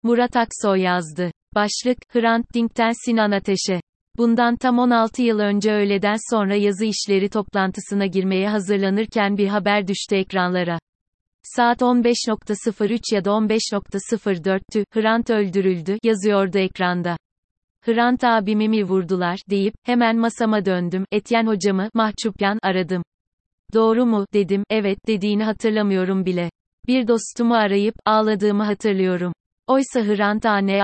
Murat Aksoy yazdı. Başlık, Hrant Dink'ten Sinan Ateş'e. Bundan tam 16 yıl önce öğleden sonra yazı işleri toplantısına girmeye hazırlanırken bir haber düştü ekranlara. Saat 15.03 ya da 15.04'tü, Hrant öldürüldü, yazıyordu ekranda. Hrant abimi mi vurdular, deyip, hemen masama döndüm, Etyen hocamı, mahcupen, aradım. Doğru mu, dedim, evet, dediğini hatırlamıyorum bile. Bir dostumu arayıp, ağladığımı hatırlıyorum. Oysa Hrant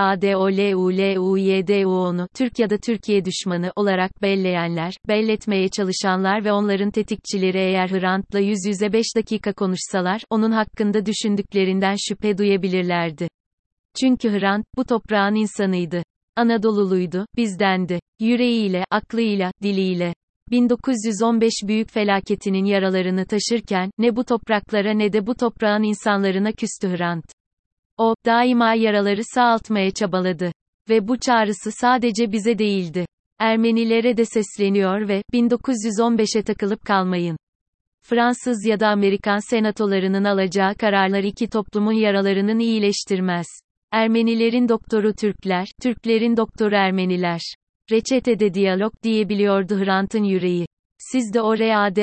ANADOLULUYDUO'nu, Türk ya da Türkiye düşmanı, olarak belleyenler, belletmeye çalışanlar ve onların tetikçileri eğer Hrant'la yüz yüze 5 dakika konuşsalar, onun hakkında düşündüklerinden şüphe duyabilirlerdi. Çünkü Hrant, bu toprağın insanıydı. Anadoluluydu, bizdendi. Yüreğiyle, aklıyla, diliyle. 1915 büyük felaketinin yaralarını taşırken, ne bu topraklara ne de bu toprağın insanlarına küstü Hrant. O, daima yaraları sağaltmaya çabaladı. Ve bu çağrısı sadece bize değildi. Ermenilere de sesleniyor ve, 1915'e takılıp kalmayın. Fransız ya da Amerikan senatolarının alacağı kararlar iki toplumun yaralarını iyileştirmez. Ermenilerin doktoru Türkler, Türklerin doktoru Ermeniler. Reçetede diyalog diyebiliyordu Hrant'ın yüreği. Siz de o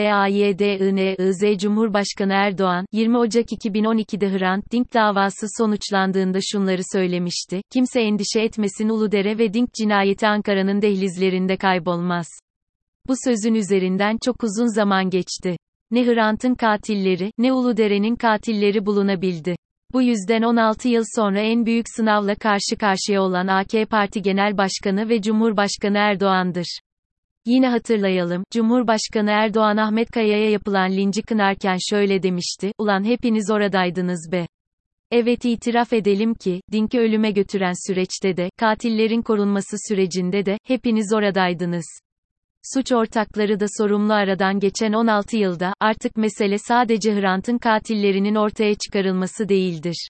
RADAYDINIZ Cumhurbaşkanı Erdoğan, 20 Ocak 2012'de Hrant Dink davası sonuçlandığında şunları söylemişti, kimse endişe etmesin Uludere ve Dink cinayeti Ankara'nın dehlizlerinde kaybolmaz. Bu sözün üzerinden çok uzun zaman geçti. Ne Hrant'ın katilleri, ne Uludere'nin katilleri bulunabildi. Bu yüzden 16 yıl sonra en büyük sınavla karşı karşıya olan AK Parti Genel Başkanı ve Cumhurbaşkanı Erdoğan'dır. Yine hatırlayalım, Cumhurbaşkanı Erdoğan Ahmet Kaya'ya yapılan linci kınarken şöyle demişti, ulan hepiniz oradaydınız be. Evet itiraf edelim ki, Dink'i ölüme götüren süreçte de, katillerin korunması sürecinde de, hepiniz oradaydınız. Suç ortakları da sorumlu aradan geçen 16 yılda, artık mesele sadece Hrant'ın katillerinin ortaya çıkarılması değildir.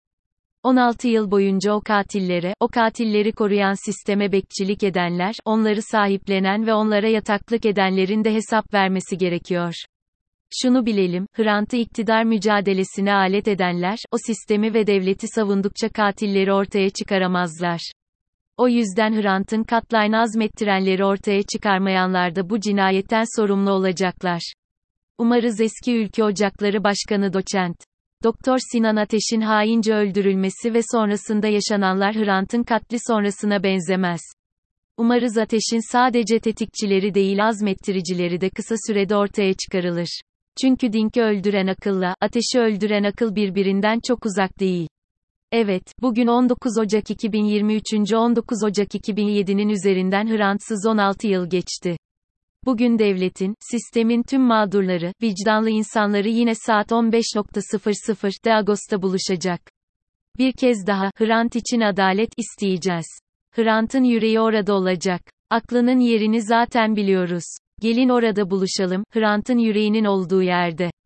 16 yıl boyunca o katillere, o katilleri koruyan sisteme bekçilik edenler, onları sahiplenen ve onlara yataklık edenlerin de hesap vermesi gerekiyor. Şunu bilelim, Hrant'ı iktidar mücadelesine alet edenler, o sistemi ve devleti savundukça katilleri ortaya çıkaramazlar. O yüzden Hrant'ın katliamını azmettirenleri ortaya çıkarmayanlar da bu cinayetten sorumlu olacaklar. Umarız eski Ülke Ocakları Başkanı Doçent. Doktor Sinan Ateş'in haince öldürülmesi ve sonrasında yaşananlar Hrant'ın katli sonrasına benzemez. Umarız Ateş'in sadece tetikçileri değil azmettiricileri de kısa sürede ortaya çıkarılır. Çünkü Dink'i öldüren akılla, Ateş'i öldüren akıl birbirinden çok uzak değil. Evet, bugün 19 Ocak 2023. 19 Ocak 2007'nin üzerinden Hrant'sız 16 yıl geçti. Bugün devletin, sistemin tüm mağdurları, vicdanlı insanları yine saat 15.00'da Ağustos'ta buluşacak. Bir kez daha, Hrant için adalet isteyeceğiz. Hrant'ın yüreği orada olacak. Aklının yerini zaten biliyoruz. Gelin orada buluşalım, Hrant'ın yüreğinin olduğu yerde.